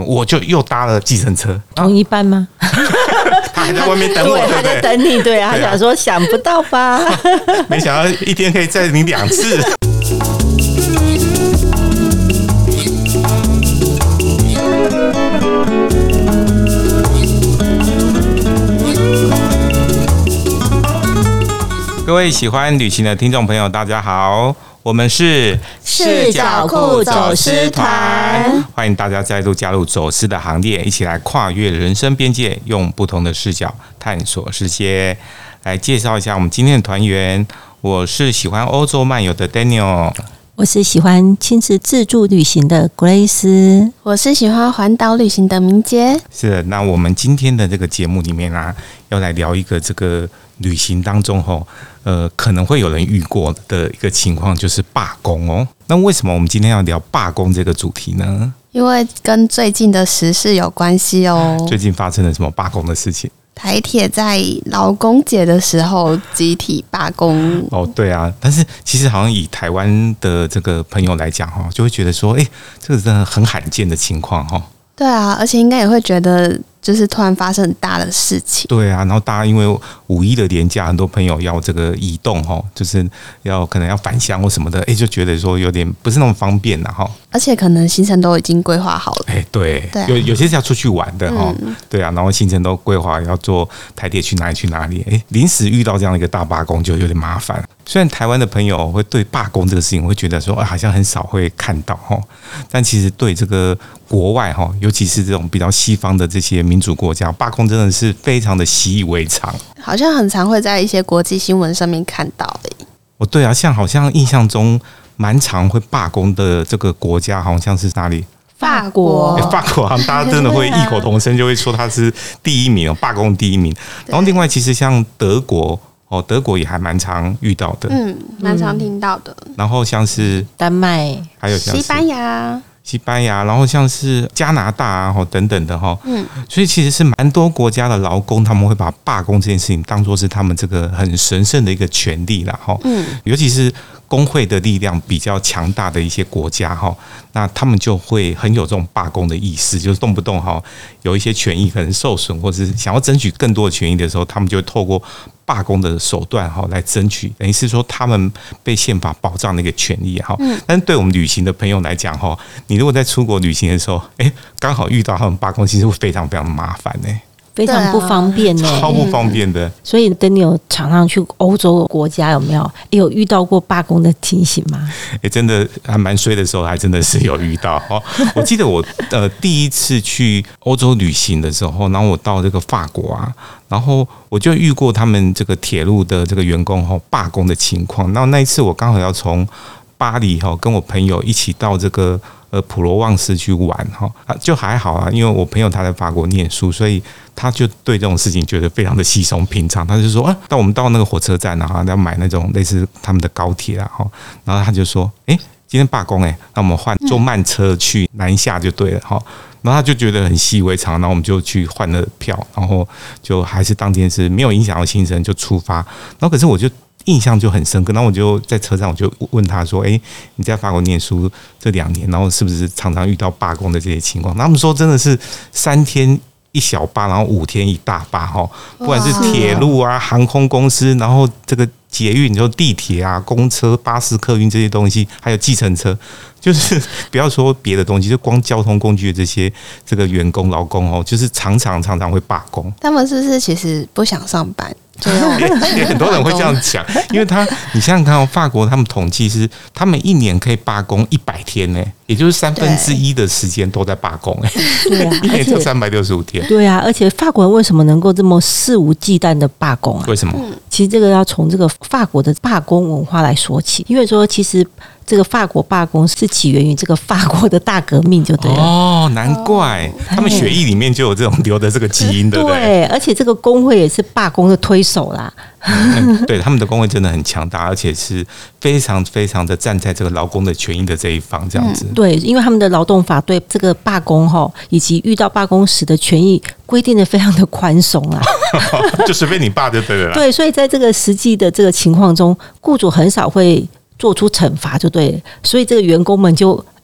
我就又搭了计程车。 同一班吗？ 他还在外面等我， 对，他在等你，对啊，他想说想不到吧？ 没想到一天可以载你2次。各位喜欢旅行的听众朋友，大家好，我们是视角库走私团， 欢迎大家再度加入走私的行列，一起来跨越人生边界，用不同的视角探索世界。来介绍一下我们今天的团员，我是喜欢欧洲漫游的 Daniel， 我是喜欢亲自自助旅行的 Grace， 我是喜欢环岛旅行的明杰。 是的，那我们今天的这个节目里面啊，要来聊一个这个旅行当中可能会有人遇过的一个情况，就是罢工哦。那为什么我们今天要聊罢工这个主题呢？ 因为跟最近的时事有关系哦。 最近发生了什么罢工的事情？ 台铁在劳工节的时候集体罢工。 哦，对啊，但是其实好像以台湾的这个朋友来讲就会觉得说，这个真的很罕见的情况对啊，而且应该也会觉得就是突然发生很大的事情。 对啊，然后大家因为5·1的连假，很多朋友要这个移动就是可能要返乡或什么的，就觉得说有点不是那么方便啦而且可能行程都已经规划好了。 对， 啊、 有些是要出去玩的对啊，然后行程都规划要坐台铁去哪里去哪里，临时遇到这样一个大罢工就有点麻烦。虽然台湾的朋友会对罢工这个事情会觉得说好像很少会看到但其实对这个国外尤其是这种比较西方的这些民主国家，罢工真的是非常的习以为常， 好像很常会在一些国际新闻上面看到对啊，好像印象中蛮常会罢工的这个国家好像是哪里？ 法国。 法国好像大家真的会异口同声就会说它是第一名罢工第一名。然后另外其实像德国德国也还蛮常遇到的， 蛮常听到的。 然后像是丹麦， 还有像是西班牙，然后像是加拿大等等的所以其实是蛮多国家的劳工他们会把罢工这件事情当作是他们这个很神圣的一个权利啦尤其是工会的力量比较强大的一些国家那他们就会很有这种罢工的意识，就是动不动有一些权益可能受损，或者是想要争取更多的权益的时候，他们就会透过罢工的手段来争取，等于是说他们被宪法保障的一个权益但是对我们旅行的朋友来讲你如果在出国旅行的时候刚好遇到他们罢工，其实会非常非常的麻烦非常不方便超不方便的。 所以Daniel常常去欧洲国家，有遇到过罢工的情形吗？ 真的还蛮衰的时候，还真的是有遇到我记得我第一次去欧洲旅行的时候，然后我到这个法国啊，然后我就遇过他们这个铁路的这个员工罢工的情况。然后那一次我刚好要从巴黎跟我朋友一起到这个普罗旺斯去玩就还好啊，因为我朋友他在法国念书，所以他就对这种事情觉得非常的稀松平常。他就说当我们到那个火车站要买那种类似他们的高铁然后他就说今天罢工那我们换坐慢车去南下就对了然后他就觉得很习以为常，然后我们就去换了票，然后就还是当天是没有影响到行程就出发。然后可是我就印象就很深刻，然后我就在车上我就问他说你在法国念书这2年，然后是不是常常遇到罢工的这些情况？他们说真的是3天1小巴，然后5天1大巴不管是铁路啊、航空公司，然后这个捷运，就地铁啊、公车、巴士、客运这些东西，还有计程车，就是不要说别的东西，就光交通工具的这个员工劳工就是常常会罢工。 他们是不是其实不想上班？ 也很多人会这样讲，因为你想想看法国他们统计是他们1年可以罢工100天也就是1/3的时间都在罢工对啊， 一年就365天。 对啊，而且法国人为什么能够这么肆无忌惮的罢工啊？ 为什么？ 其实这个要从这个法国的罢工文化来说起，因为说其实这个法国罢工是起源于这个法国的大革命就对了难怪他们血液里面就有这种留的这个基因，对不对？ 对，而且这个工会也是罢工的推手啦对，他们的工会真的很强大，而且是非常非常的站在这个劳工的权益的这一方这样子对，因为他们的劳动法对这个罢工以及遇到罢工时的权益规定的非常的宽松啊就随便你罢就对了啦。 对，所以在这个实际的这个情况中，雇主很少会做出惩罚就对了，所以这个员工们就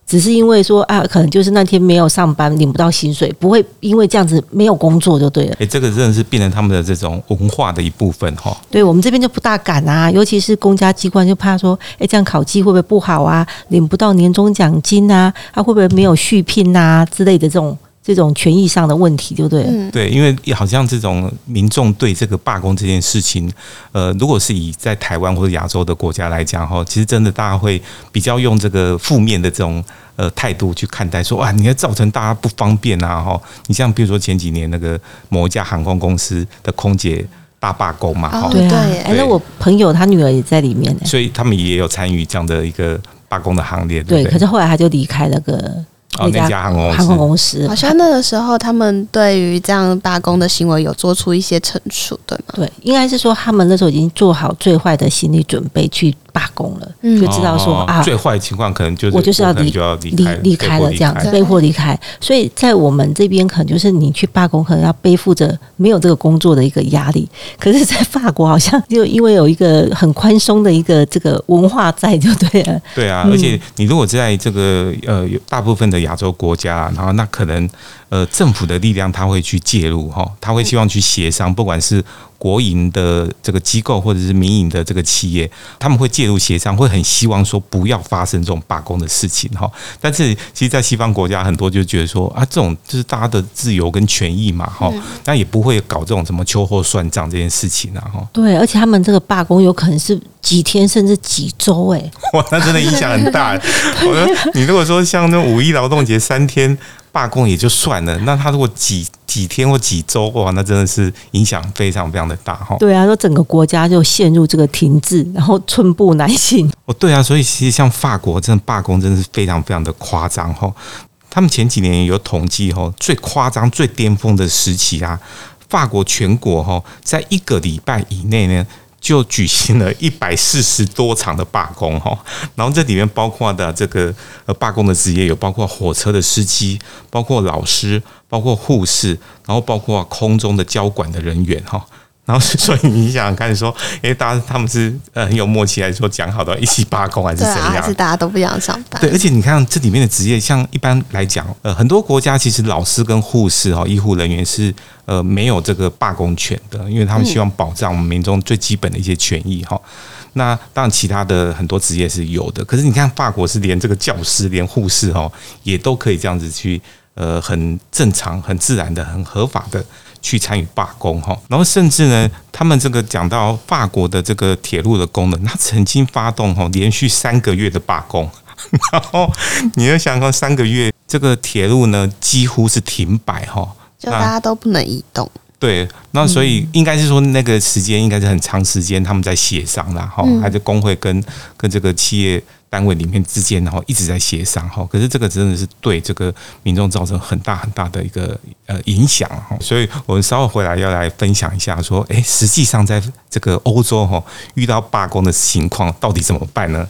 只是因为说啊，可能就是那天没有上班，领不到薪水，不会因为这样子没有工作就对了。 这个真的是变成他们的这种文化的一部分哈。 对，我们这边就不大敢啊，尤其是公家机关就怕说，这样考绩会不会不好啊，领不到年终奖金啊，他会不会没有续聘啊之类的这种权益上的问题，对不对？ 对，因为好像这种民众对这个罢工这件事情，如果是以在台湾或者亚洲的国家来讲哈，其实真的大家会比较用这个负面的这种态度去看待，说你要造成大家不方便啊哈。你像比如说前几年那个某一家航空公司的空姐大罢工嘛， 哦， 对啊， 对， 那我朋友他女儿也在里面， 所以他们也有参与这样的一个罢工的行列，对不对？ 可是后来他就离开那家航空公司， 好像那个时候他们对于这样罢工的行为有做出一些惩处，对吗？ 对，应该是说他们那时候已经做好最坏的心理准备去罢工了，就知道说最坏的情况可能就是我就是要离开了，这样子被迫离开。所以在我们这边可能就是你去罢工，可能要背负着没有这个工作的一个压力。可是，在法国好像就因为有一个很宽松的一个这个文化在，就对了。 对啊，而且你如果在这个有大部分的亚洲国家，然后那可能政府的力量他会去介入哈，他会希望去协商，不管是国营的这个机构或者是民营的这个企业，他们会介入协商，会很希望说不要发生这种罢工的事情哈。但是其实，在西方国家很多就觉得说这种就是大家的自由跟权益嘛哈，那也不会搞这种什么秋后算账这件事情啊哈。 对，而且他们这个罢工有可能是几天甚至几周哇， 那真的影响很大。我说你如果说像那5·1劳动节3天罢工也就算了，那他如果几天或几周哇，那真的是影响非常非常的大哈。 对啊，说整个国家就陷入这个停滞，然后寸步难行。 对啊，所以其实像法国真的罢工真的是非常非常的夸张哈。他们前几年有统计哈，最夸张、最巅峰的时期啊，法国全国哈，在1个礼拜以内呢，就举行了140多场的罢工哈，然后这里面包括的这个罢工的职业有包括火车的司机，包括老师，包括护士，然后包括空中的交管的人员哈。然后所以你想想看说，他们是很有默契，还是说讲好的一起罢工，还是怎样？ 还是大家都不想上班？ 对，而且你看这里面的职业，像一般来讲，很多国家其实老师跟护士医护人员是没有这个罢工权的，因为他们希望保障我们民众最基本的一些权益哈。那当然，其他的很多职业是有的，可是你看法国是连这个教师、连护士也都可以这样子去很正常、很自然的、很合法的去参与罢工哈。然后甚至呢，他们这个讲到法国的这个铁路的功能，他曾经发动连续3个月的罢工，然后你要想看3个月，这个铁路呢几乎是停摆哈， 就大家都不能移动。 对，那所以应该是说那个时间应该是很长时间，他们在协商啦，还是工会跟这个企业单位里面之间，然后一直在协商哈。可是这个真的是对这个民众造成很大很大的一个影响哈。所以我们稍后回来要来分享一下说，实际上在这个欧洲遇到罢工的情况到底怎么办呢？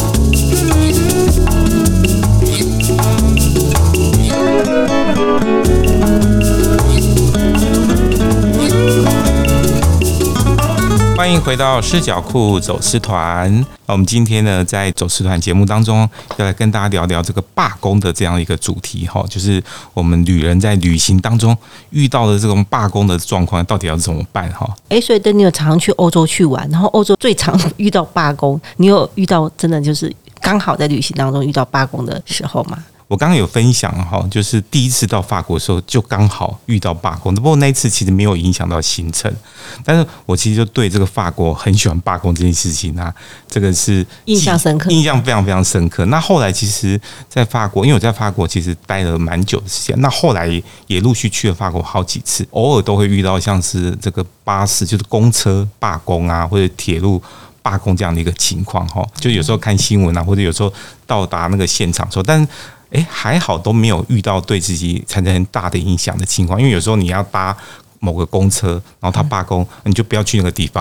欢迎回到视角库走私团。我们今天呢，在走私团节目当中，要来跟大家聊聊这个罢工的这样一个主题哈，就是我们旅人在旅行当中遇到的这种罢工的状况，到底要怎么办哈？ 所以等你有常去欧洲去玩，然后欧洲最常遇到罢工，你有遇到真的就是刚好在旅行当中遇到罢工的时候吗？ 我刚刚有分享哈，就是第一次到法国的时候就刚好遇到罢工，不过那一次其实没有影响到行程，但是我其实就对这个法国很喜欢罢工这件事情啊，这个是印象深刻， 印象非常非常深刻。那后来其实，在法国，因为我在法国其实待了蛮久的时间，那后来也陆续去了法国好几次，偶尔都会遇到像是这个巴士就是公车罢工啊，或者铁路罢工这样的一个情况哈，就有时候看新闻啊，或者有时候到达那个现场的时候，但还好都没有遇到对自己产生很大的影响的情况，因为有时候你要搭某个公车，然后他罢工，你就不要去那个地方嘛。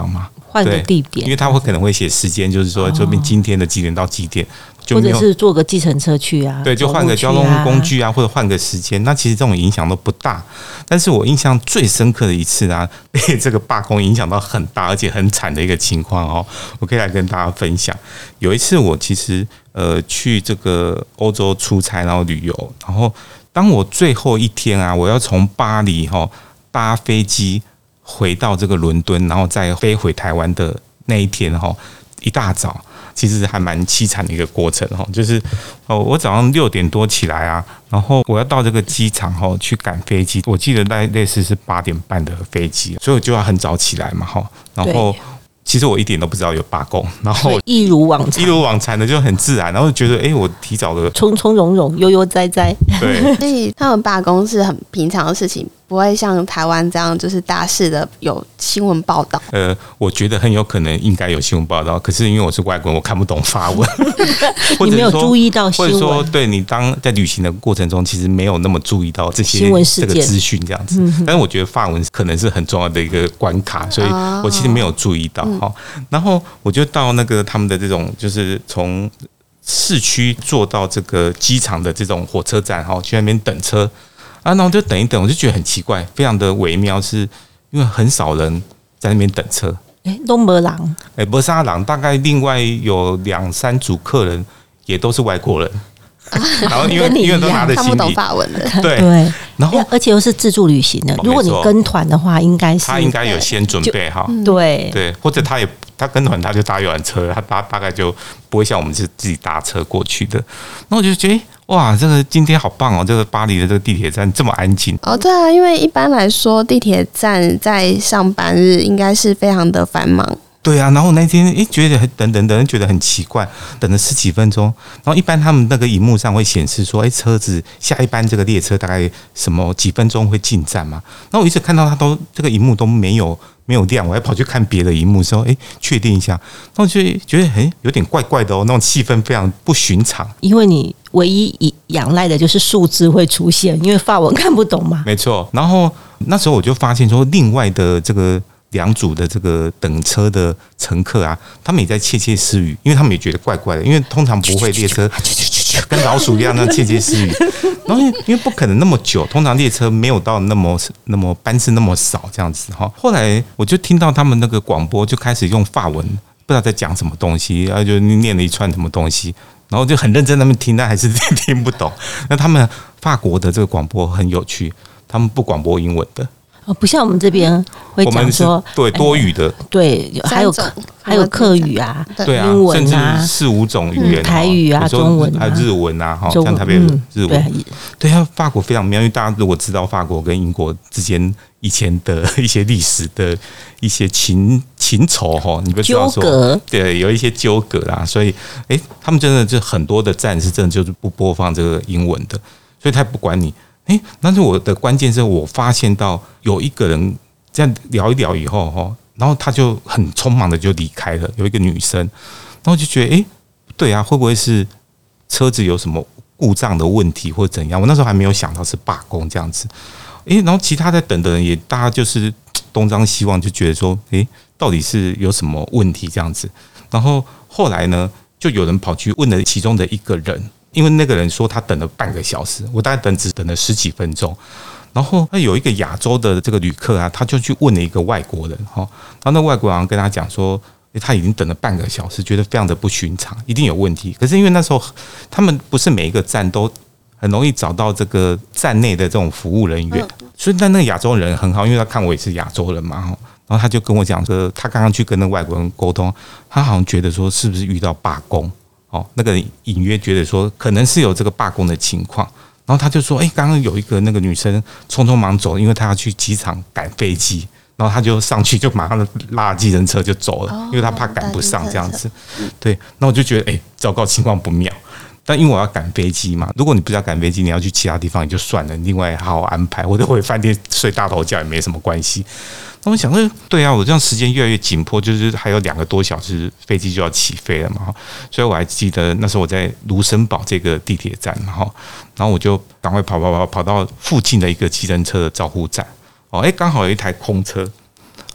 换个地点， 因为他可能会写时间，就是说这边今天的几点到几点。 或者是坐个计程车去啊， 对，就换个交通工具啊，或者换个时间。那其实这种影响都不大。但是我印象最深刻的一次啊，被这个罢工影响到很大，而且很惨的一个情况哦，我可以来跟大家分享。有一次我其实去这个欧洲出差，然后旅游，然后当我最后一天啊，我要从巴黎搭飞机回到这个伦敦，然后再飞回台湾的那一天一大早。其实还蛮凄惨的一个过程就是我早上6点多起来啊，然后我要到这个机场去赶飞机，我记得类似是8点半的飞机，所以我就要很早起来嘛然后其实我一点都不知道有罢工，然后一如往常的就很自然，然后觉得我提早的从容容悠悠哉哉， 对， 所以他们罢工是很平常的事情，不会像台湾这样就是大肆的有新闻报道。 我觉得很有可能应该有新闻报道，可是因为我是外国人，我看不懂法文， 你没有注意到新闻， 或者说对你当在旅行的过程中，其实没有那么注意到这些新闻事件这个资讯这样子。但是我觉得法文可能是很重要的一个关卡，所以我其实没有注意到然后我就到那个他们的这种，就是从市区坐到这个机场的这种火车站去那边等车。然后就等一等，我就觉得很奇怪，非常的微妙，是因为很少人在那边等车。 都没人， 没啥人，大概另外有2-3组客人也都是外国人。然后因为都拿着行李， 看不懂法文的， 对，然后而且又是自助旅行的，如果你跟团的话，他应该有先准备好， 对， 或者他跟团他就搭游览车，他大概就不会像我们是自己搭车过去的。那我就觉得哇，这个今天好棒哦！这个巴黎的这个地铁站这么安静对啊，因为一般来说地铁站在上班日应该是非常的繁忙。 对啊，然后那天觉得等，觉得很奇怪，等了10几分钟。然后一般他们那个荧幕上会显示说，车子下一班这个列车大概什么几分钟会进站嘛。然后我一直看到它这个荧幕都没有亮，我还跑去看别的荧幕说，确定一下。然后就觉得有点怪怪的那种气氛非常不寻常。 因为你唯一仰赖的就是数字会出现，因为法文看不懂嘛。 没错。然后那时候我就发现说，另外的这个2组的这个等车的乘客啊，他们也在窃窃私语，因为他们也觉得怪怪的，因为通常不会列车跟老鼠一样那窃窃私语，然后因为不可能那么久，通常列车没有到那么班次那么少这样子后来我就听到他们那个广播就开始用法文，不知道在讲什么东西，然后就念了一串什么东西，然后就很认真在那边听，但还是听不懂。那他们法国的这个广播很有趣，他们不广播英文的。 不像我们这边会讲说对多语的， 对，还有客语啊， 对啊， 英文啊， 甚至4-5种语言， 台语啊，中文啊， 还有日文啊，像台北日文，对啊，法国非常妙，因为大家如果知道法国跟英国之间以前的一些历史的一些情仇你就知道说，对，有一些纠葛啦，所以他们真的就很多的站是真的就是不播放这个英文的，所以他不管你。但是我的关键是我发现到有一个人这样聊一聊以后然后他就很匆忙的就离开了，有一个女生，然后就觉得对啊，会不会是车子有什么故障的问题或者怎样？我那时候还没有想到是罢工这样子，然后其他在等的人也大家就是东张西望，就觉得说到底是有什么问题这样子。然后后来呢，就有人跑去问了其中的一个人。因为那个人说他等了半个小时，我大概只等了10几分钟。然后他有一个亚洲的这个旅客啊，他就去问了一个外国人然后那外国人跟他讲说，他已经等了半个小时，觉得非常的不寻常，一定有问题。可是因为那时候他们不是每一个站都很容易找到这个站内的这种服务人员，所以那个亚洲人很好，因为他看我也是亚洲人嘛然后他就跟我讲说，他刚刚去跟那个外国人沟通，他好像觉得说是不是遇到罢工。那个隐约觉得说可能是有这个罢工的情况，然后他就说，刚刚有一个那个女生匆匆忙走，因为她要去机场赶飞机，然后他就上去就马上拉计程车就走了，因为他怕赶不上这样子。对，那我就觉得糟糕，情况不妙。但因为我要赶飞机嘛，如果你不是要赶飞机，你要去其他地方也就算了，另外好好安排，或者回饭店睡大头觉也没什么关系。那我想说，对啊，我这样时间越来越紧迫，就是还有2个多小时飞机就要起飞了嘛，所以我还记得那时候我在卢森堡这个地铁站，然后我就赶快跑到附近的一个计程车的招呼站，刚好有一台空车，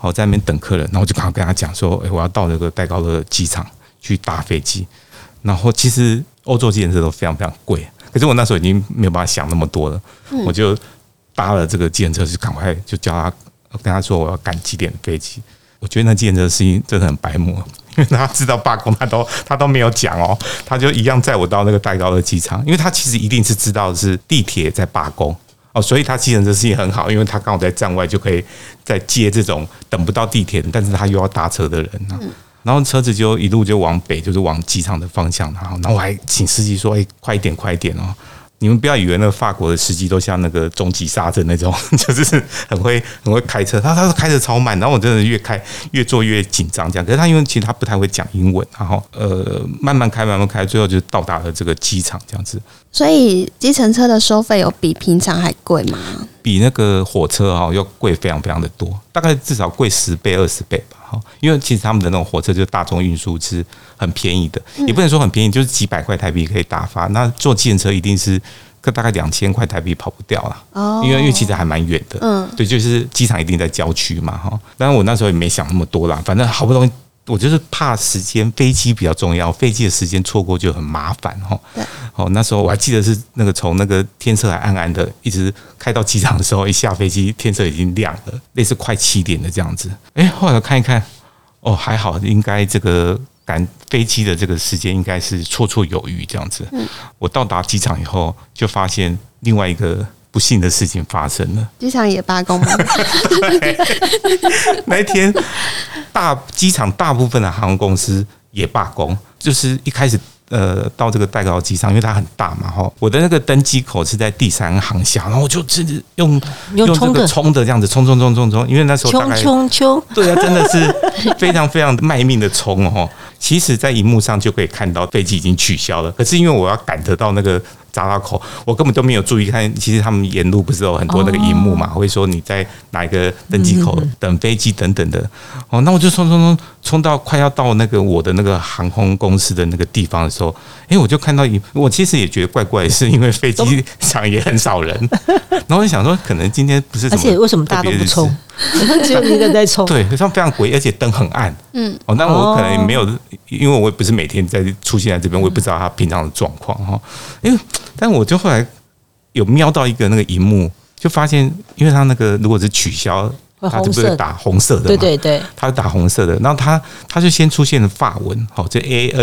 好在那边等客人，然后我就刚好跟他讲说，我要到那个戴高乐机场去搭飞机。然后其实欧洲计程车都非常非常贵，可是我那时候已经没有办法想那么多了，我就搭了这个计程车，就赶快就叫他跟他说我要赶几点的飞机。我觉得那计程车司机真的很白目，因为他知道罢工，他都没有讲哦，他就一样载我到那个戴高乐机场，因为他其实一定是知道是地铁在罢工哦，所以他计程车司机很好，因为他刚好在站外就可以再接这种等不到地铁，但是他又要搭车的人啊。然后车子就一路就往北，就是往机场的方向。然后我还请司机说：“快一点，快一点哦！你们不要以为那个法国的司机都像那个终极杀阵那种，就是很会开车。他开得超慢，然后我真的越坐越紧张这样。可是他因为其实他不太会讲英文，然后慢慢开，最后就到达了这个机场这样子。 所以计程车的收费有比平常还贵吗？ 比那个火车要贵非常非常的多，大概至少贵10倍20倍吧。因为其实他们的那种火车就是大众运输是很便宜的，也不能说很便宜，就是几百块台币可以打发。那坐计程车一定是大概2000块台币跑不掉啦，因为其实还蛮远的，对，就是机场一定在郊区嘛，当然我那时候也没想那么多啦，反正好不容易。我就是怕时间，飞机比较重要，飞机的时间错过就很麻烦那时候我还记得是那个从那个天色还暗暗的，一直开到机场的时候，一下飞机天色已经亮了，类似快7点的这样子。后来看一看，还好，应该这个赶飞机的这个时间应该是绰绰有余这样子。我到达机场以后，就发现另外一个不幸的事情发生了。 机场也罢工吗？ 对，那一天机场大部分的航空公司也罢工，就是一开始到这个戴高机场，因为它很大嘛我的那个登机口是在第3航厦，然后我就用这个冲的这样子冲，因为那时候大概冲， 对啊，真的是非常非常卖命的冲其实，在荧幕上就可以看到飞机已经取消了，可是因为我要赶得到那个匝道口，我根本都没有注意看。其实他们沿路不是有很多那个荧幕嘛，会说你在哪一个登机口等飞机等等的。那我就冲到快要到那个我的那个航空公司的那个地方的时候，我就看到我其实也觉得怪怪的，是因为飞机场也很少人，然后我就想说，可能今天不是什么， 而且为什么大家都不冲？只有你一个在冲， 对，非常诡异，而且灯很暗。那我可能也没有，因为我也不是每天在出现在这边，我也不知道他平常的状况但我就后来有瞄到一个那个荧幕，就发现，因为他那个如果是取消，他就不是打红色的嘛， 对， 他是打红色的，然后他就先出现了法文，这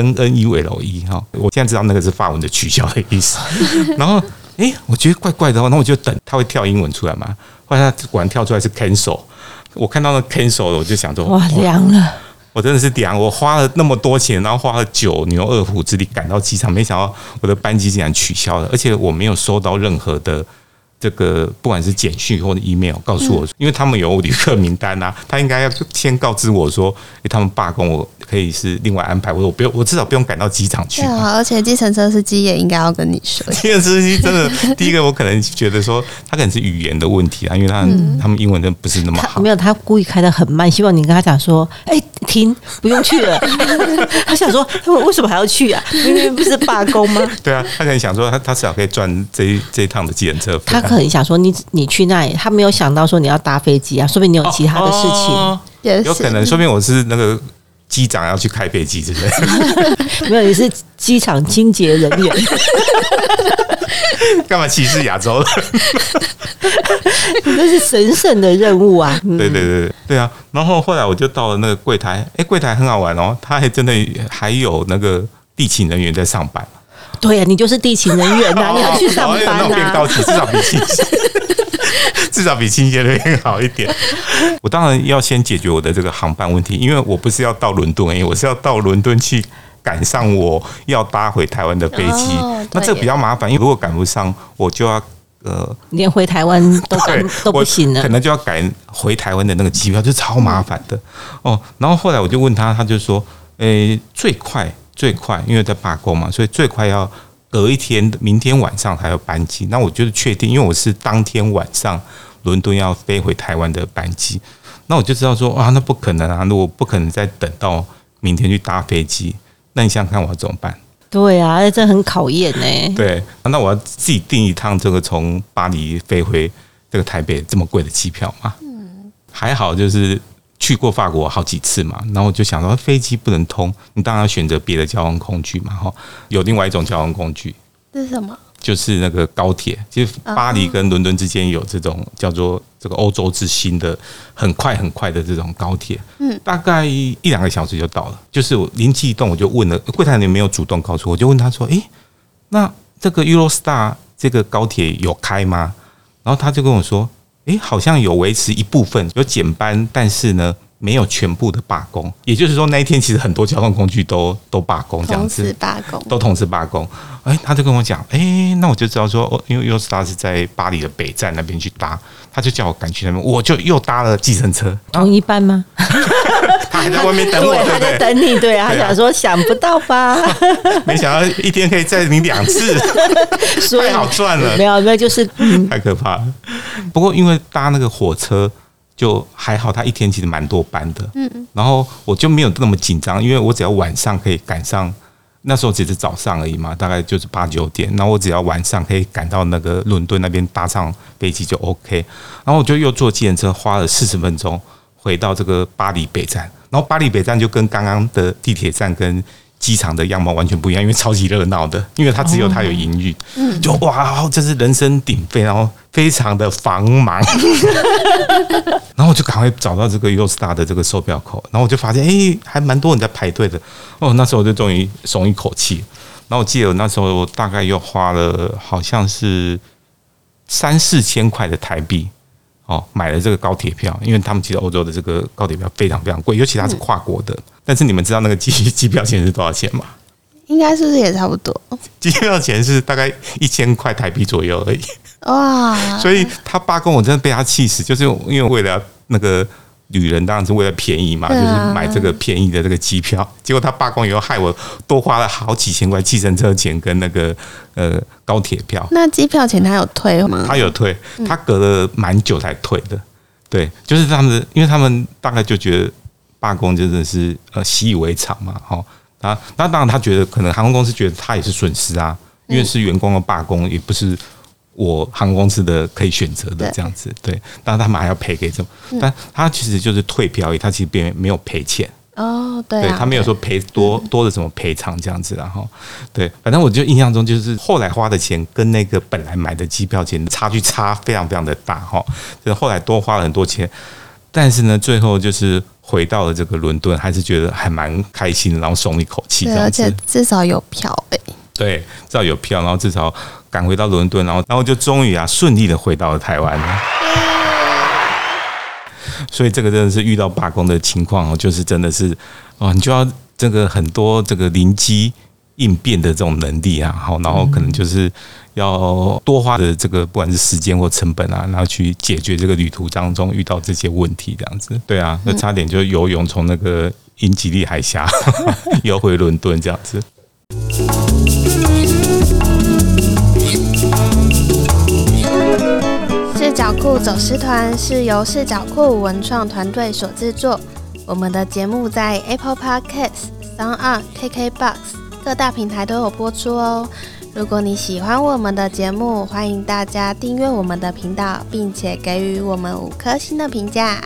ANNULE 我现在知道那个是法文的取消的意思，然后我觉得怪怪的，然后我就等他会跳英文出来嘛，后来他果然跳出来是 cancel， 我看到那 cancel 我就想说， 哇，凉了。 我真的是凉，我花了那么多钱，然后花了9牛2虎之力赶到机场，没想到我的班机竟然取消了，而且我没有收到任何的这个不管是简讯或者 email 告诉我，因为他们有旅客名单啊，他应该要先告知我说，他们罢工，我可以是另外安排，我至少不用赶到机场去。 对啊，而且计程车司机也应该要跟你说。 计程车司机真的，第一个我可能觉得说他可能是语言的问题啊，因为他们英文真的不是那么好。 没有，他故意开得很慢，希望你跟他讲说，停，不用去了。他想说，他们为什么还要去啊？明明不是罢工吗？ 对啊，他可能想说他至少可以赚这一趟的计程车费。 他可能想说你去那里，他没有想到说你要搭飞机啊，说不定你有其他的事情， 有可能，说不定我是那个机长要去开飞机之类的。 没有，你是机场清洁人员。 干嘛歧视亚洲人？ 这是神圣的任务啊！ 对啊。然后后来我就到了那个柜台，柜台很好玩哦，他还真的还有那个地勤人员在上班。 对呀，你就是地勤人员呐，你要去上班啊，变高级，至少比清洁人员好一点。我当然要先解决我的这个航班问题，因为我不是要到伦敦而已，我是要到伦敦去赶上我要搭回台湾的飞机。那这个比较麻烦，因为如果赶不上，我就要连回台湾都不行了， 可能就要改回台湾的那个机票，就超麻烦的然后后来我就问他，他就说，最快，因为在罢工嘛，所以最快要隔一天，明天晚上才有班机。那我就是确定，因为我是当天晚上伦敦要飞回台湾的班机，那我就知道说那不可能啊！如果不可能再等到明天去搭飞机，那你想想看我要怎么办？ 对啊，这很考验呢。 对，那我要自己订一趟这个从巴黎飞回这个台北这么贵的机票嘛？还好就是去过法国好几次嘛，然后我就想到飞机不能通，你当然要选择别的交通工具嘛，有另外一种交通工具， 这是什么？ 就是那个高铁。其实巴黎跟伦敦之间有这种叫做这个欧洲之星的很快很快的这种高铁，大概1-2个小时就到了。就是我灵机一动，我就问了柜台人没有主动告诉我，就问他说：“那这个 Eurostar 这个高铁有开吗？”然后他就跟我说：“好像有维持一部分，有减班，但是呢，没有全部的罢工。也就是说，那一天其实很多交通工具都罢工，这样子， 同时罢工， 都同时罢工。他就跟我讲，那我就知道说，因为 Eurostar 是在巴黎的北站那边去搭，他就叫我赶去那边，我就又搭了计程车。 同一班吗？ 他还在外面等我，对不对？ 他在等你，对啊，他想说想不到吧？ 没想到一天可以载你2次，太好赚了。 没有，就是太可怕了。不过因为搭那个火车就还好，他一天其实蛮多班的，然后我就没有那么紧张，因为我只要晚上可以赶上，那时候只是早上而已嘛，大概就是8-9点，然后我只要晚上可以赶到那个伦敦那边搭上飞机就 OK， 然后我就又坐计程车花了40分钟回到这个巴黎北站，然后巴黎北站就跟刚刚的地铁站跟机场的样貌完全不一样，因为超级热闹的，因为它只有它有营运，就哇，这是人声鼎沸，然后非常的繁忙，然后我就赶快找到这个 Eurostar 的这个售票口，然后我就发现，还蛮多人在排队的，那时候我就终于松一口气，然后我记得我那时候我大概又花了好像是3-4千块的台币。买了这个高铁票，因为他们其实欧洲的这个高铁票非常非常贵，尤其它是跨国的。但是你们知道那个机票钱是多少钱吗？ 应该是不是也差不多？ 机票钱是大概1000块台币左右而已。 哇！ 所以他罢工，我真的被他气死，就是因为为了那个旅人当然是为了便宜嘛，就是买这个便宜的这个机票。结果他罢工以后，害我多花了好几千块计程车钱跟那个高铁票。 那机票钱他有退吗？ 他有退，他隔了蛮久才退的。对，就是他们，因为他们大概就觉得罢工真的是习以为常嘛，那当然他觉得可能航空公司觉得他也是损失啊，因为是员工的罢工，也不是我航空公司的可以选择的这样子，对，当然他们还要赔给这种，但他其实就是退票而已，他其实没有赔钱。 对啊， 他没有说赔多的什么赔偿这样子，然后对，反正我就印象中就是后来花的钱跟那个本来买的机票钱差距差非常非常的大就是后来多花了很多钱，但是呢，最后就是回到了这个伦敦，还是觉得还蛮开心的，然后松一口气这样子， 而且至少有票对，至少有票，然后至少赶回到伦敦，然后就终于顺利的回到了台湾了。所以这个真的是遇到罢工的情况就是真的是你就要这个很多这个临机应变的这种能力啊，然后可能就是要多花的这个不管是时间或成本啊，然后去解决这个旅途当中遇到这些问题这样子。对啊，那差点就游泳从那个英吉利海峡游回伦敦这样子。 视角库走失团是由视角库文创团队所制作，我们的节目在 Apple Podcasts、SoundOn、KKBOX 各大平台都有播出哦。如果你喜欢我们的节目，欢迎大家订阅我们的频道，并且给予我们5颗星的评价。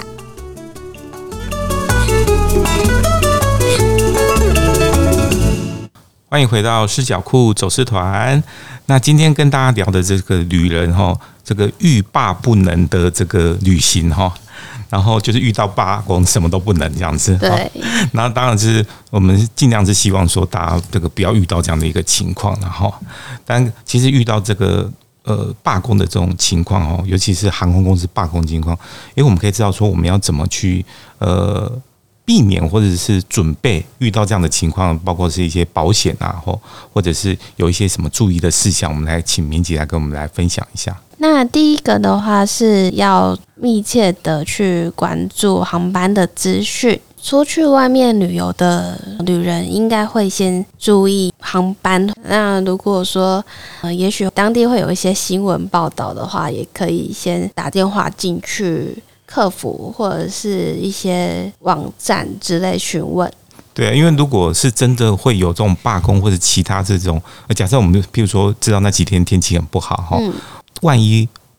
欢迎回到视角库走失团。那今天跟大家聊的这个旅人这个欲罢不能的这个旅行然后就是遇到罢工什么都不能这样子。 对， 然后当然是我们尽量是希望说大家这个不要遇到这样的一个情况，然后但其实遇到这个罢工的这种情况尤其是航空公司罢工情况，因为我们可以知道说我们要怎么去避免或者是准备遇到这样的情况，包括是一些保险啊，或者是有一些什么注意的事项，我们来请明姐来跟我们来分享一下。 那第一个的话是要密切的去关注航班的资讯，出去外面旅游的旅人应该会先注意航班。那如果说也许当地会有一些新闻报道的话，也可以先打电话进去客服或者是一些网站之类询问。 对，因为如果是真的会有这种罢工或者其他这种，假设我们譬如说知道那几天天气很不好万一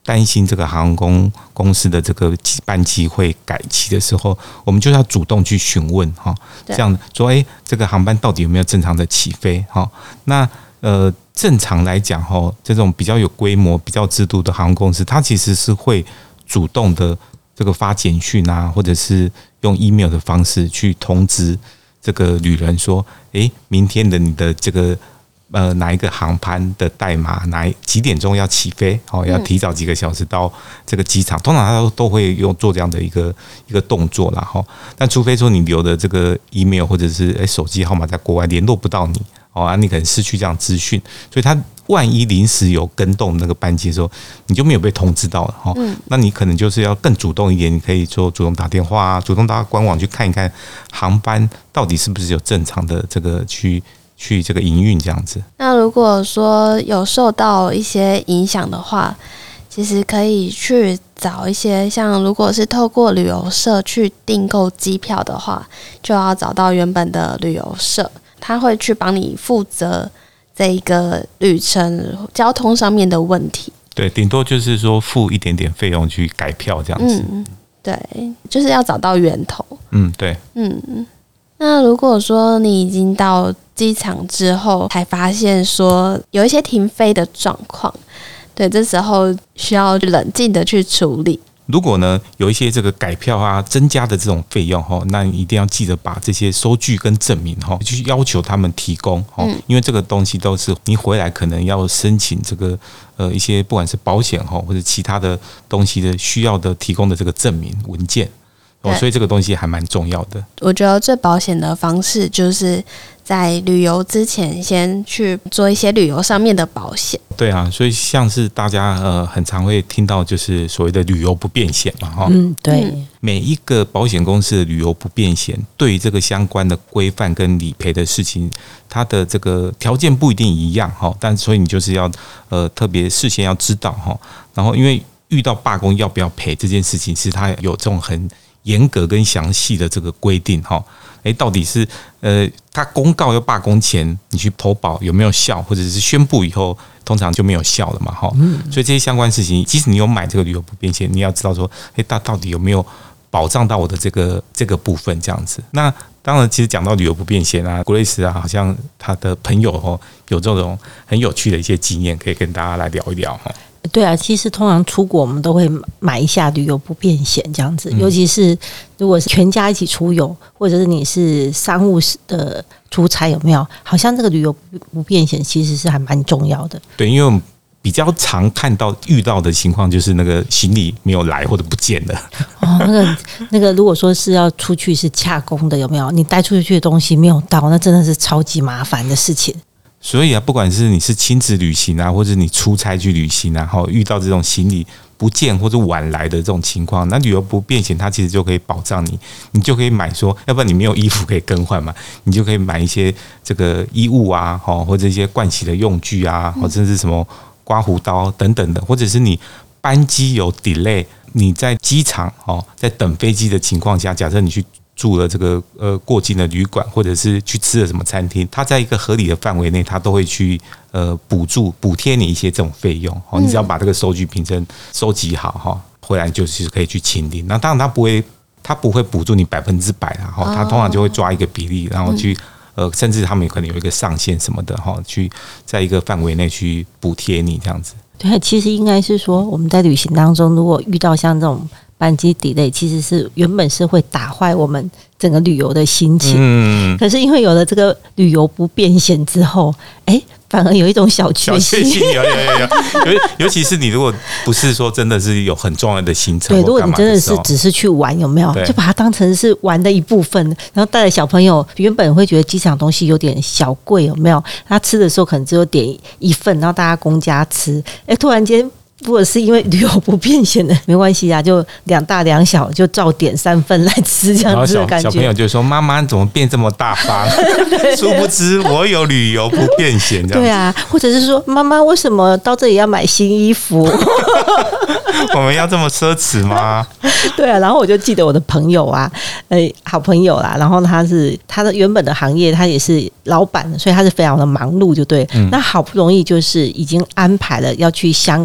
担心这个航空公司的这个班机会改期的时候，我们就要主动去询问这样说，这个航班到底有没有正常的起飞那正常来讲这种比较有规模、比较制度的航空公司，它其实是会主动的这个发简讯啊，或者是用 email 的方式去通知这个旅人说，明天的你的这个哪一个航班的代码，几点钟要起飞，要提早几个小时到这个机场，通常他都会用做这样的一个动作啦但除非说你留的这个 email 或者是手机号码在国外联络不到你你可能失去这样资讯，所以他万一临时有更动那个班机的时候，你就没有被通知到了那你可能就是要更主动一点，你可以说主动打电话啊，主动到官网去看一看航班到底是不是有正常的这个去这个营运这样子。 那如果说有受到一些影响的话，其实可以去找一些像如果是透过旅游社去订购机票的话，就要找到原本的旅游社，他会去帮你负责这一个旅程交通上面的问题。 对，顶多就是说付一点点费用去改票这样子。 对，就是要找到源头。 对。 那如果说你已经到机场之后才发现说有一些停飞的状况，对，这时候需要冷静的去处理。 如果呢有一些这个改票啊增加的这种费用那你一定要记得把这些收据跟证明去要求他们提供因为这个东西都是你回来可能要申请这个一些不管是保险或者其他的东西的需要的提供的这个证明文件所以这个东西还蛮重要的。 我觉得最保险的方式就是在旅游之前先去做一些旅游上面的保险。 对啊，所以像是大家很常会听到就是所谓的旅游不便险嘛对， 每一个保险公司的旅游不便险对于这个相关的规范跟理赔的事情，它的这个条件不一定一样但所以你就是要特别事先要知道然后因为遇到罢工要不要赔这件事情，是它有这种很严格跟详细的这个规定到底是他公告要罢工前你去投保有没有效，或者是宣布以后通常就没有效了嘛所以这些相关事情，即使你有买这个旅游不便险，你要知道说它到底有没有保障到我的这个部分这样子。那当然其实讲到旅游不便险啊，Grace好像他的朋友有这种很有趣的一些经验可以跟大家来聊一聊对啊，其实通常出国我们都会买一下旅游不便险这样子，尤其是如果是全家一起出游，或者是你是商务的出差，有没有？好像这个旅游不便险其实是还蛮重要的。 对，因为我们比较常遇到的情况就是那个行李没有来或者不见了那个如果说是要出去是洽公的，有没有？你带出去的东西没有到，那真的是超级麻烦的事情。 所以不管是你是亲子旅行啊，或者你出差去旅行啊，遇到这种行李不见或者晚来的这种情况，那旅游不便险它其实就可以保障你，你就可以买说，要不然你没有衣服可以更换嘛，你就可以买一些这个衣物啊，或者一些盥洗的用具啊，或者是什么刮胡刀等等的，或者是你班机有 delay， 你在机场在等飞机的情况下，假设你去住了这个过境的旅馆，或者是去吃了什么餐厅，它在一个合理的范围内，它都会去补贴你一些这种费用你只要把这个收据凭证收集好回来就是可以去清零。那当然它不会补助你100%啦它通常就会抓一个比例，然后去甚至他们可能有一个上限什么的去在一个范围内去补贴你这样子。 对，其实应该是说我们在旅行当中，如果遇到像这种班机 delay， 其实是原本是会打坏我们整个旅游的心情。可是因为有了这个旅游不便险之后，反而有一种小确幸。 尤其是你如果不是说真的是有很重要的行程， 对，如果你真的是只是去玩，有没有就把它当成是玩的一部分，然后带着小朋友，原本会觉得机场东西有点小贵，有没有？他吃的时候可能只有点一份，然后大家公家吃，突然间。如果是因为旅游不便险的，没关系啊，就2大2小就照点3份来吃，这样子的感觉。 小朋友就说：“妈妈怎么变这么大方？”殊不知我有旅游不便险，这样子。 对啊，或者是说：“妈妈为什么到这里要买新衣服？” 我们要这么奢侈吗？ 对啊，然后我就记得我的朋友啊，好朋友啦，然后他的原本的行业，他也是老板，所以他是非常的忙碌，就对。那好不容易就是已经安排了要去香港去旅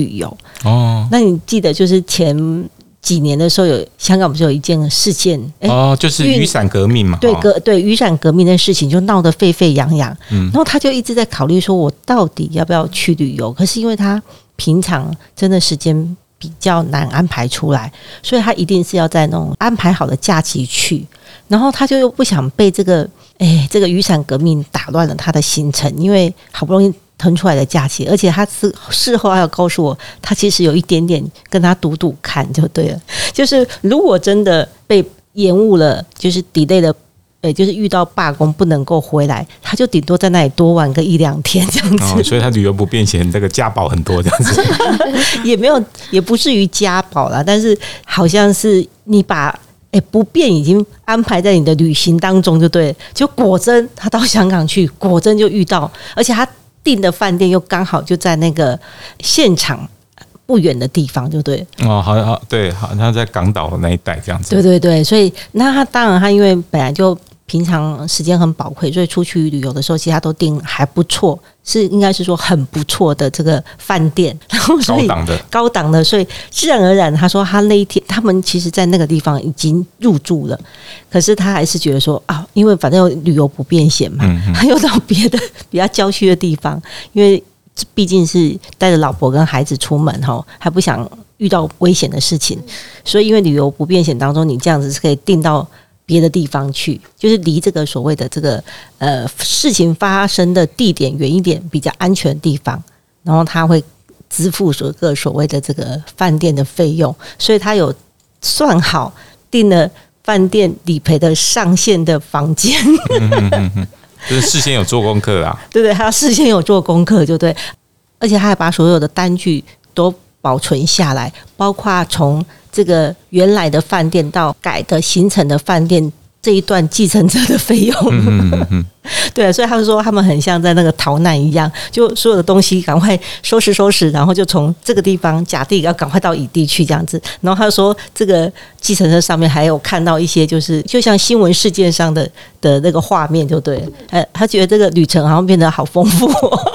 旅游。哦，那你记得就是前几年的时候，香港不是有一件事件？ 就是雨伞革命嘛。 对，雨伞革命的事情就闹得沸沸扬扬。然后他就一直在考虑说，我到底要不要去旅游？可是因为他平常真的时间比较难安排出来，所以他一定是要在那种安排好的假期去。然后他就又不想被这个雨伞革命打乱了他的行程，因为好不容易腾出来的假期，而且他事后还要告诉我，他其实有一点点跟他赌看就对了，就是如果真的被延误了，就是 delay 了。就是遇到罢工不能够回来，他就顶多在那里多玩个1-2天这样子。 所以他旅游不便险，这个家保很多这样子。 也没有，也不至于家保啦，但是好像是你把不便已经安排在你的旅行当中就对了，就果真他到香港去，果真就遇到，而且他订的饭店又刚好就在那个现场不远的地方，就对好，对，好像在港岛那一带这样子。 对，所以那他当然他因为本来就平常时间很宝贵，所以出去旅游的时候，其实他都订还不错，是应该是说很不错的这个饭店，然后所以高档的，所以自然而然他说他那一天他们其实在那个地方已经入住了，可是他还是觉得说因为反正有旅游不便险嘛，他又到别的比较郊区的地方，因为毕竟是带着老婆跟孩子出门还不想遇到危险的事情，所以因为旅游不便险当中，你这样子是可以订到别的地方去，就是离这个所谓的这个事情发生的地点远一点，比较安全的地方，然后他会支付所谓的这个饭店的费用，所以他有算好订了饭店理赔的上限的房间。 就是事先有做功课啦。 对，他事先有做功课，就对，而且他还把所有的单据都保存下来，包括从这个原来的饭店到改的行程的饭店这一段计程车的费用。对，所以他说他们很像在那个逃难一样，就所有的东西赶快收拾，然后就从这个地方甲地要赶快到乙地去这样子。然后他说这个计程车上面还有看到一些就像新闻事件上的那个画面，就对了。他觉得这个旅程好像变得好丰富。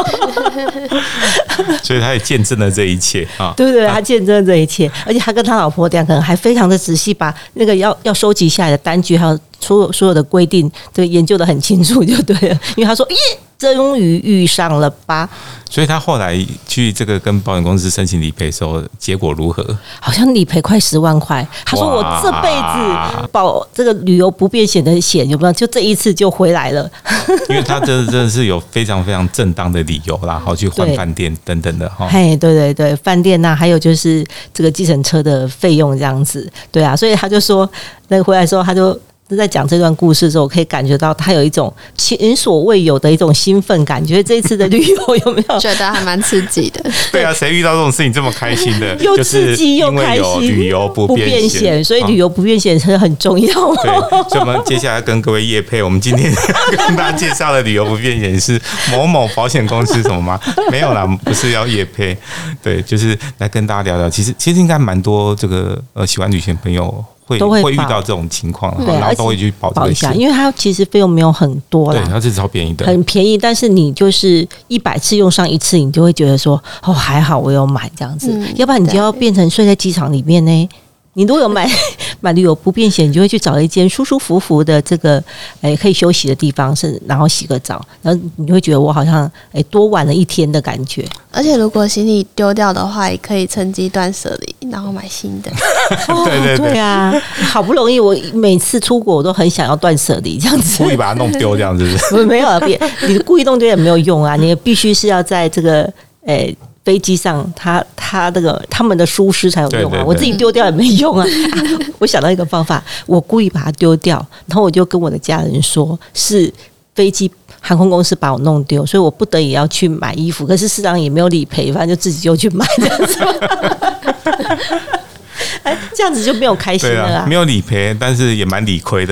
所以他也见证了这一切啊！ 对，他见证了这一切，而且他跟他老婆两个人还非常的仔细，把那个要收集下来的单据还有所有的规定，这个研究得很清楚，就对了。因为他说，终于遇上了吧。 所以他后来去这个跟保险公司申请理赔的时候，结果如何？ 好像理赔快10万块。他说我这辈子保这个旅游不便险的险有没有？就这一次就回来了。 因为他真的是有非常非常正当的理由啦，好去换饭店等等的哈。 对，饭店还有就是这个计程车的费用这样子，对啊，所以他就说，那个回来之后他就。在讲这段故事的时候，我可以感觉到他有一种前所未有的一种兴奋感，觉得这一次的旅游有没有觉得还蛮刺激的？ 对啊，谁遇到这种事情这么开心的？ 又刺激又开心， 旅游不便险， 所以旅游不便险是很重要。 对，所以我们接下来跟各位业配，我们今天跟大家介绍的旅游不便险是某某保险公司什么吗？没有啦，不是要业配，对，就是来跟大家聊聊。其实应该蛮多这个喜欢旅行的朋友。会遇到这种情况，然后都会去保一下， 因为它其实费用没有很多啦， 对，它是超便宜的， 很便宜。但是你就是100次用上1次，你就会觉得说，还好我有买这样子，要不然你就要变成睡在机场里面呢。你如果有买旅游不便险，你就会去找一间舒舒服服的这个可以休息的地方，然后洗个澡，然后你会觉得我好像多玩了1天的感觉。 而且如果行李丢掉的话，也可以趁机断舍离，然后买新的。 对啊，好不容易我每次出国我都很想要断舍离这样子， 故意把它弄丢这样子。 没有，你故意弄丢也没有用啊，你必须是要在这个飞机上，他们的疏失才有用啊！对，我自己丢掉也没用啊！我想到一个方法，我故意把它丢掉，然后我就跟我的家人说，是航空公司把我弄丢，所以我不得已要去买衣服，可是市场也没有理赔，反正就自己就去买这样子。这样子就没有开心了啊！ 没有理赔，但是也蛮理亏的。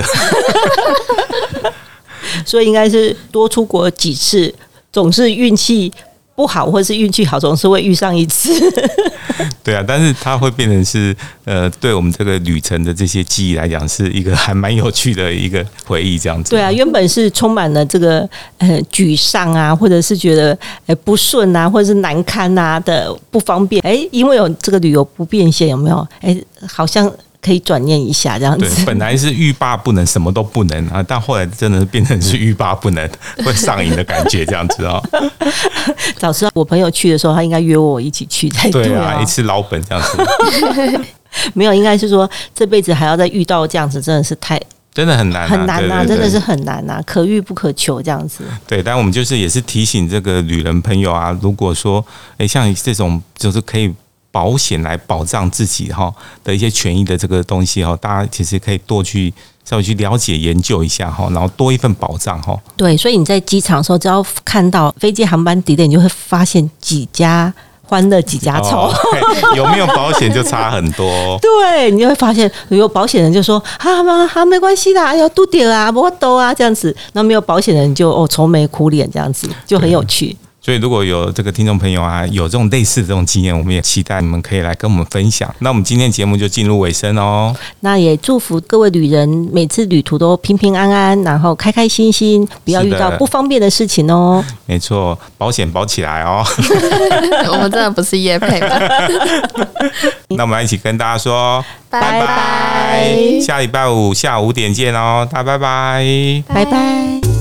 所以应该是多出国几次，总是运气不好或是运气好，总是会遇上一次。 对啊，但是它会变成是对我们这个旅程的这些记忆来讲，是一个还蛮有趣的一个回忆，这样子。 对啊，原本是充满了这个沮丧啊，或者是觉得不顺啊，或者是难堪啊的不方便，因为有这个旅游不便险，有没有？好像可以转念一下这样子。 对，本来是欲罢不能，什么都不能啊，但后来真的变成是欲罢不能，会上瘾的感觉这样子哦。 早知道我朋友去的时候，他应该约我一起去才对啊， 一次捞本这样子。 没有，应该是说这辈子还要再遇到这样子，真的是真的很难、啊， 很难啊， 对对对， 真的是很难啊，可遇不可求这样子。 对，但我们就是也是提醒这个旅人朋友啊，如果说像这种就是可以保险来保障自己的一些权益的这个东西大家其实可以多去稍微去了解研究一下然后多一份保障对，所以你在机场的时候，只要看到飞机航班 delay， 你就会发现几家欢乐几家愁， 有没有保险就差很多。 对，你就会发现有保险人就说没关系啦，要嘟点啊，不兜啊这样子，那没有保险人就愁眉苦脸这样子，就很有趣。 所以如果有这个听众朋友啊，有这种类似的这种经验，我们也期待你们可以来跟我们分享。那我们今天节目就进入尾声哦。那也祝福各位旅人每次旅途都平平安安，然后开开心心，不要遇到不方便的事情哦。 没错，保险保起来哦。 我们真的不是业配吧？ 那我们来一起跟大家说拜拜， 下礼拜五下午5点见哦，大家拜拜， 拜拜。